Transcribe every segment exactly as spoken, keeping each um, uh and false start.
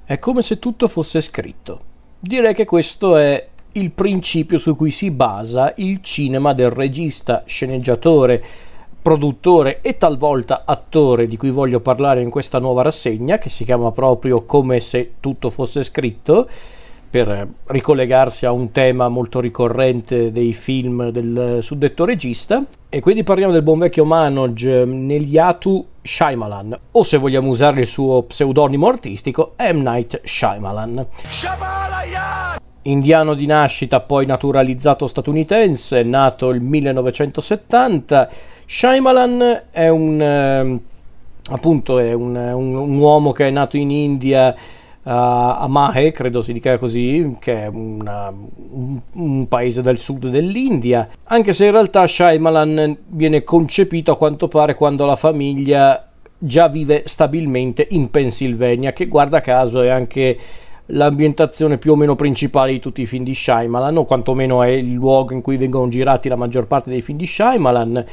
È come se tutto fosse scritto. Direi che questo è il principio su cui si basa il cinema del regista, sceneggiatore, produttore e talvolta attore di cui voglio parlare in questa nuova rassegna, che si chiama proprio Come se tutto fosse scritto, per ricollegarsi a un tema molto ricorrente dei film del suddetto regista. E quindi parliamo del buon vecchio Manoj Neliatu Shyamalan, o se vogliamo usare il suo pseudonimo artistico, M. Night Shyamalan. Shyamalan! Indiano di nascita, poi naturalizzato statunitense, nato il millenovecentosettanta, Shyamalan è un eh, appunto è un, un, un uomo che è nato in India, Uh, a Mahe, credo si dica così, che è una, un, un paese del sud dell'India, anche se in realtà Shyamalan viene concepito a quanto pare quando la famiglia già vive stabilmente in Pennsylvania, che guarda caso è anche l'ambientazione più o meno principale di tutti i film di Shyamalan, o quantomeno è il luogo in cui vengono girati la maggior parte dei film di Shyamalan.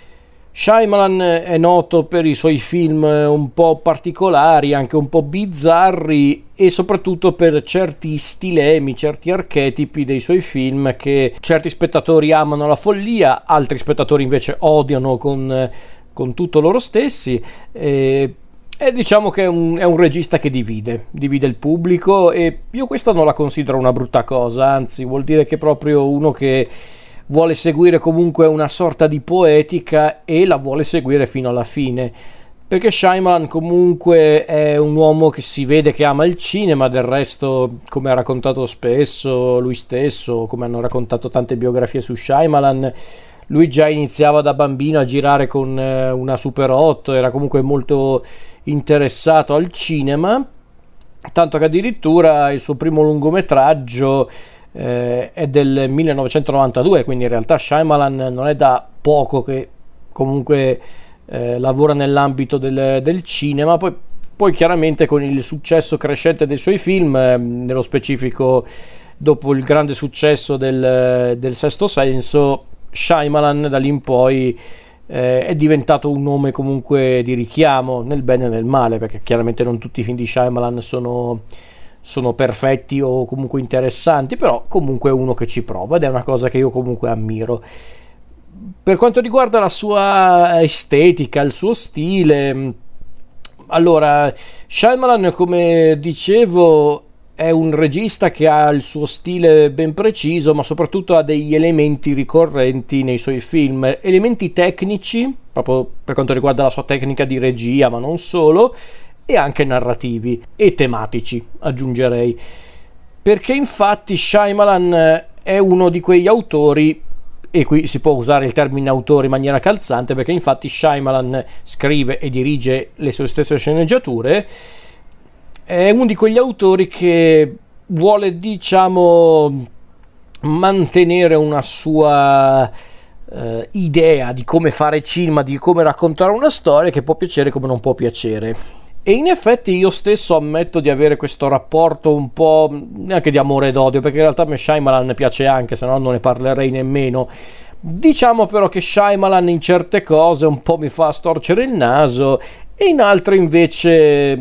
Shyamalan è noto per i suoi film un po' particolari, anche un po' bizzarri, e soprattutto per certi stilemi, certi archetipi dei suoi film che certi spettatori amano alla follia, altri spettatori invece odiano con, con tutto loro stessi. E, e diciamo che è un, è un regista che divide, divide il pubblico, e io questa non la considero una brutta cosa, anzi vuol dire che è proprio uno che vuole seguire comunque una sorta di poetica e la vuole seguire fino alla fine, perché Shyamalan comunque è un uomo che si vede che ama il cinema. Del resto, come ha raccontato spesso lui stesso, come hanno raccontato tante biografie su Shyamalan, lui già iniziava da bambino a girare con una Super otto, era comunque molto interessato al cinema, tanto che addirittura il suo primo lungometraggio Eh, è del millenovecentonovantadue, quindi in realtà Shyamalan non è da poco che comunque eh, lavora nell'ambito del, del cinema. Poi, poi chiaramente con il successo crescente dei suoi film, eh, nello specifico dopo il grande successo del, del Sesto Senso, Shyamalan da lì in poi eh, è diventato un nome comunque di richiamo, nel bene e nel male, perché chiaramente non tutti i film di Shyamalan sono sono perfetti o comunque interessanti, però comunque è uno che ci prova ed è una cosa che io comunque ammiro. Per quanto riguarda la sua estetica, il suo stile, allora Shyamalan, come dicevo, è un regista che ha il suo stile ben preciso, ma soprattutto ha degli elementi ricorrenti nei suoi film, elementi tecnici, proprio per quanto riguarda la sua tecnica di regia, ma non solo, e anche narrativi e tematici, aggiungerei, perché infatti Shyamalan è uno di quegli autori, e qui si può usare il termine autore in maniera calzante, perché infatti Shyamalan scrive e dirige le sue stesse sceneggiature, è uno di quegli autori che vuole, diciamo, mantenere una sua eh, idea di come fare cinema, di come raccontare una storia, che può piacere come non può piacere. E in effetti io stesso ammetto di avere questo rapporto un po' neanche di amore ed odio, perché in realtà a me Shyamalan piace anche, se no non ne parlerei nemmeno. Diciamo però che Shyamalan in certe cose un po' mi fa storcere il naso, e in altre invece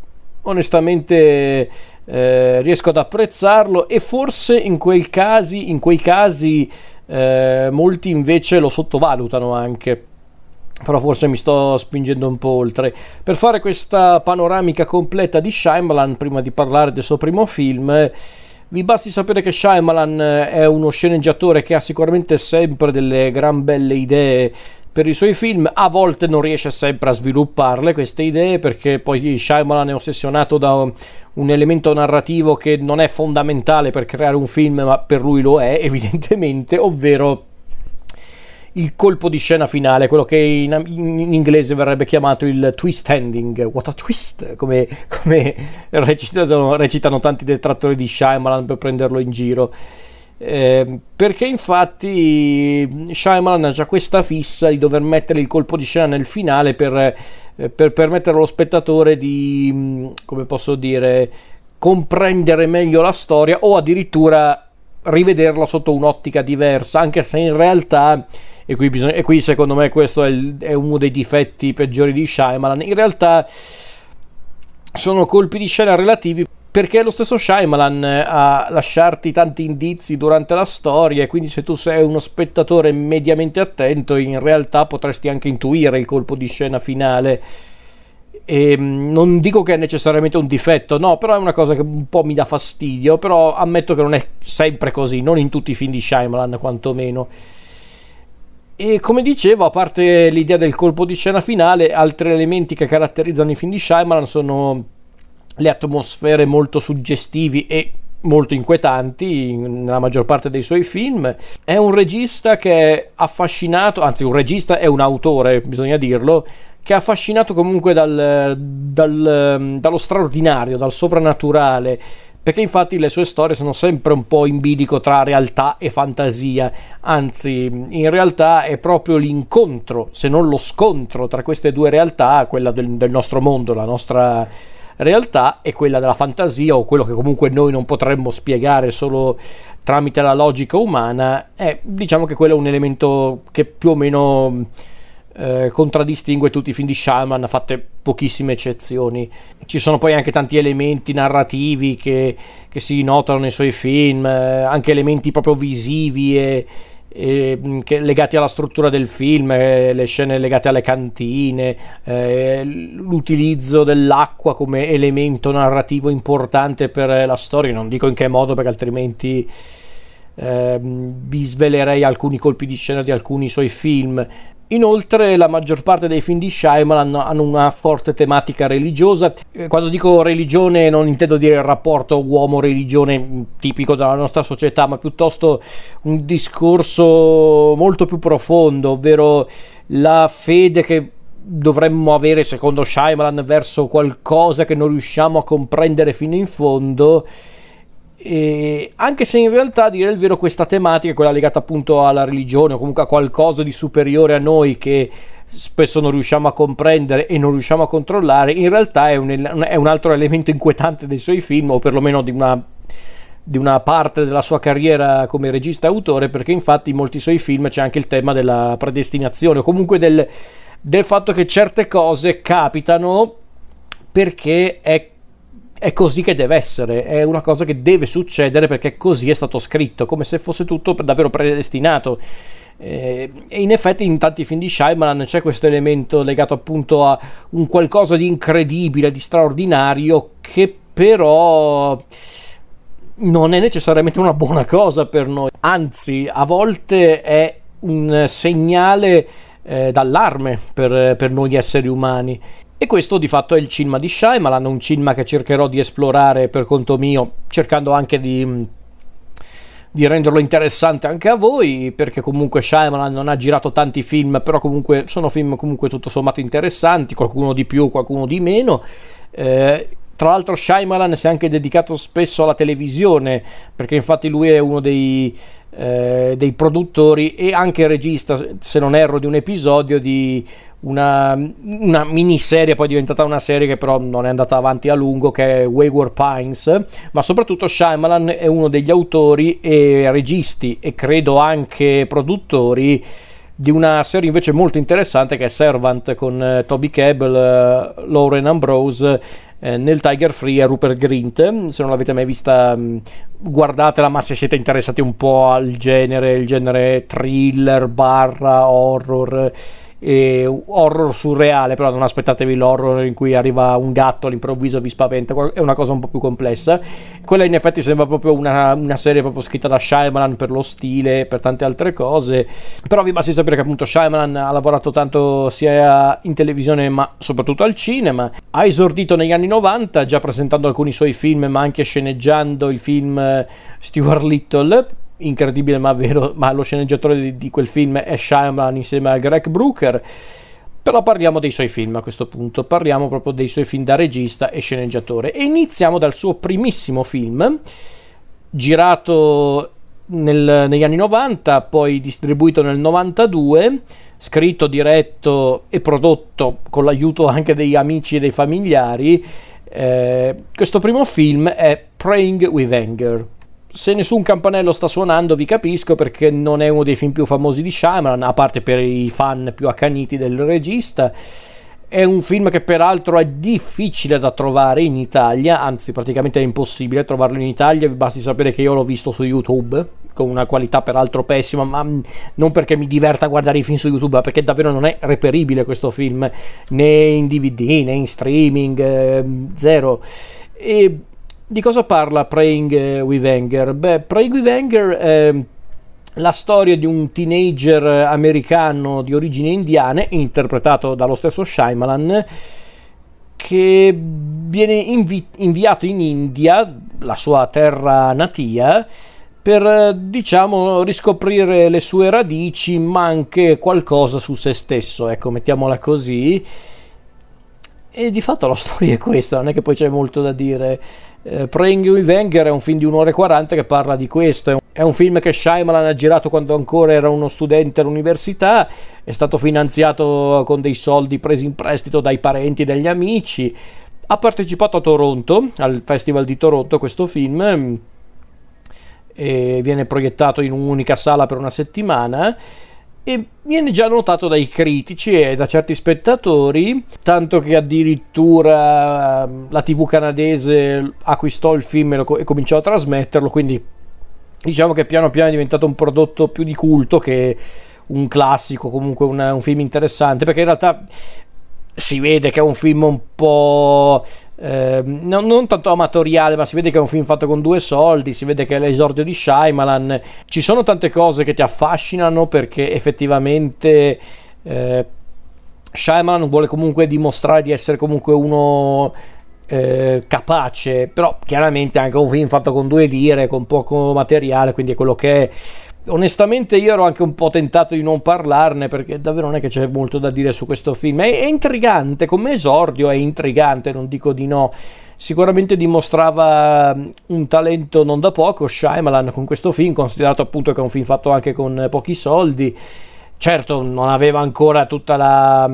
onestamente eh, riesco ad apprezzarlo, e forse in quei casi, in quei casi eh, molti invece lo sottovalutano anche. Però forse mi sto spingendo un po' oltre. Per fare questa panoramica completa di Shyamalan, prima di parlare del suo primo film, vi basti sapere che Shyamalan è uno sceneggiatore che ha sicuramente sempre delle gran belle idee per i suoi film. A volte non riesce sempre a svilupparle queste idee, perché poi Shyamalan è ossessionato da un elemento narrativo che non è fondamentale per creare un film, ma per lui lo è evidentemente, ovvero il colpo di scena finale, quello che in, in inglese verrebbe chiamato il twist ending. What a twist, come, come recitano, recitano tanti detrattori di Shyamalan per prenderlo in giro, eh, perché infatti Shyamalan ha già questa fissa di dover mettere il colpo di scena nel finale per, eh, per permettere allo spettatore di, come posso dire, comprendere meglio la storia, o addirittura rivederla sotto un'ottica diversa, anche se in realtà, e qui, bisogna, e qui secondo me questo è, il, è uno dei difetti peggiori di Shyamalan, in realtà sono colpi di scena relativi, perché è lo stesso Shyamalan a lasciarti tanti indizi durante la storia, e quindi se tu sei uno spettatore mediamente attento in realtà potresti anche intuire il colpo di scena finale. E non dico che è necessariamente un difetto, no, però è una cosa che un po' mi dà fastidio, però ammetto che non è sempre così, non in tutti i film di Shyamalan quantomeno. E come dicevo, a parte l'idea del colpo di scena finale, altri elementi che caratterizzano i film di Shyamalan sono le atmosfere molto suggestivi e molto inquietanti nella maggior parte dei suoi film. È un regista che è affascinato, anzi un regista è un autore, bisogna dirlo, che è affascinato comunque dal, dal, dallo straordinario, dal sovrannaturale, perché infatti le sue storie sono sempre un po' in bilico tra realtà e fantasia, anzi in realtà è proprio l'incontro, se non lo scontro tra queste due realtà, quella del, del nostro mondo, la nostra realtà, e quella della fantasia, o quello che comunque noi non potremmo spiegare solo tramite la logica umana. È, diciamo che quello è un elemento che più o meno eh, contraddistingue tutti i film di Shyamalan, ha fatte pochissime eccezioni. Ci sono poi anche tanti elementi narrativi che, che si notano nei suoi film, eh, anche elementi proprio visivi e E, che, legati alla struttura del film, eh, le scene legate alle cantine, eh, l'utilizzo dell'acqua come elemento narrativo importante per la storia. Non dico in che modo, perché altrimenti eh, vi svelerei alcuni colpi di scena di alcuni suoi film. Inoltre la maggior parte dei film di Shyamalan hanno una forte tematica religiosa. Quando dico religione non intendo dire il rapporto uomo-religione tipico della nostra società, ma piuttosto un discorso molto più profondo, ovvero la fede che dovremmo avere secondo Shyamalan verso qualcosa che non riusciamo a comprendere fino in fondo. E anche se in realtà, a dire il vero, questa tematica, quella legata appunto alla religione o comunque a qualcosa di superiore a noi che spesso non riusciamo a comprendere e non riusciamo a controllare, in realtà è un, è un altro elemento inquietante dei suoi film, o perlomeno di una, di una parte della sua carriera come regista e autore, perché infatti in molti suoi film c'è anche il tema della predestinazione, o comunque del, del fatto che certe cose capitano perché è è così che deve essere, è una cosa che deve succedere perché così è stato scritto, come se fosse tutto davvero predestinato. Eh, e in effetti in tanti film di Shyamalan c'è questo elemento legato appunto a un qualcosa di incredibile, di straordinario, che però non è necessariamente una buona cosa per noi, anzi a volte è un segnale eh, d'allarme per, per noi esseri umani. E questo di fatto è il cinema di Shyamalan, un cinema che cercherò di esplorare per conto mio, cercando anche di, di renderlo interessante anche a voi, perché comunque Shyamalan non ha girato tanti film, però comunque sono film comunque tutto sommato interessanti, qualcuno di più, qualcuno di meno. Eh, tra l'altro Shyamalan si è anche dedicato spesso alla televisione, perché infatti lui è uno dei, eh, dei produttori e anche regista, se non erro, di un episodio di Una, una miniserie, poi è diventata una serie che però non è andata avanti a lungo, che è Wayward Pines. Ma soprattutto Shyamalan è uno degli autori e registi, e credo anche produttori, di una serie invece molto interessante che è Servant, con eh, Toby Kebbell, eh, Lauren Ambrose, eh, nel Tiger Free e Rupert Grint. Se non l'avete mai vista, mh, guardatela, ma se siete interessati un po' al genere, il genere thriller barra horror, e horror surreale, però non aspettatevi l'horror in cui arriva un gatto all'improvviso e vi spaventa, è una cosa un po' più complessa. Quella in effetti sembra proprio una, una serie proprio scritta da Shyamalan per lo stile e per tante altre cose, però vi basti sapere che appunto Shyamalan ha lavorato tanto sia in televisione ma soprattutto al cinema. Ha esordito negli anni novanta già presentando alcuni suoi film, ma anche sceneggiando il film Stuart Little, incredibile ma vero, ma lo sceneggiatore di, di quel film è Shyamalan insieme a Greg Brooker. Però parliamo dei suoi film a questo punto, parliamo proprio dei suoi film da regista e sceneggiatore, e iniziamo dal suo primissimo film, girato nel, negli anni novanta, poi distribuito nel novantadue, scritto, diretto e prodotto con l'aiuto anche degli amici e dei familiari. Eh, questo primo film è Praying with Anger. Se nessun campanello sta suonando vi capisco, perché non è uno dei film più famosi di Shyamalan, a parte per i fan più accaniti del regista. È un film che peraltro è difficile da trovare in Italia, anzi praticamente è impossibile trovarlo in Italia, vi basti sapere che io l'ho visto su YouTube, con una qualità peraltro pessima, ma non perché mi diverta guardare i film su YouTube, ma perché davvero non è reperibile questo film, né in D V D, né in streaming, eh, zero. E di cosa parla Praying with Anger? Beh, Praying with Anger è la storia di un teenager americano di origini indiane, interpretato dallo stesso Shyamalan, che viene invi- inviato in India, la sua terra natia, per, diciamo, riscoprire le sue radici, ma anche qualcosa su se stesso, ecco, mettiamola così. E di fatto la storia è questa, non è che poi c'è molto da dire. eh, Praying with Anger è un film di un'ora e quaranta che parla di questo. È un, è un film che Shyamalan ha girato quando ancora era uno studente all'università, è stato finanziato con dei soldi presi in prestito dai parenti e dagli amici. Ha partecipato a Toronto, al Festival di Toronto, questo film, e viene proiettato in un'unica sala per una settimana e viene già notato dai critici e da certi spettatori, tanto che addirittura la tivù canadese acquistò il film e, lo, e cominciò a trasmetterlo, quindi diciamo che piano piano è diventato un prodotto più di culto che un classico, comunque un, un film interessante, perché in realtà si vede che è un film un po' eh, non, non tanto amatoriale, ma si vede che è un film fatto con due soldi, si vede che è l'esordio di Shyamalan. Ci sono tante cose che ti affascinano perché effettivamente eh, Shyamalan vuole comunque dimostrare di essere comunque uno eh, capace, però chiaramente è anche un film fatto con due lire, con poco materiale, quindi è quello che è. Onestamente io ero anche un po' tentato di non parlarne perché davvero non è che c'è molto da dire su questo film. È, è intrigante, come esordio è intrigante, non dico di no. Sicuramente dimostrava un talento non da poco Shyamalan con questo film, considerato appunto che è un film fatto anche con pochi soldi. Certo non aveva ancora tutta la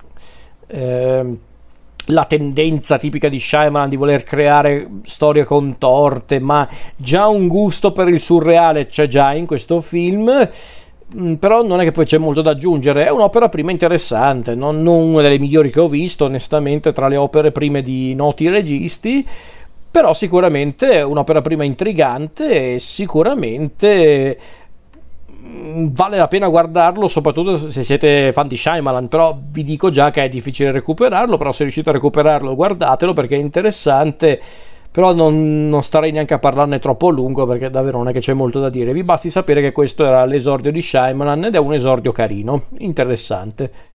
eh, la tendenza tipica di Shyamalan di voler creare storie contorte, ma già un gusto per il surreale c'è già in questo film. Però non è che poi c'è molto da aggiungere. È un'opera prima interessante, non, non una delle migliori che ho visto onestamente tra le opere prime di noti registi, però sicuramente è un'opera prima intrigante e sicuramente vale la pena guardarlo, soprattutto se siete fan di Shyamalan. Però vi dico già che è difficile recuperarlo, però se riuscite a recuperarlo guardatelo perché è interessante. Però non, non starei neanche a parlarne troppo a lungo perché davvero non è che c'è molto da dire. Vi basti sapere che questo era l'esordio di Shyamalan ed è un esordio carino, interessante.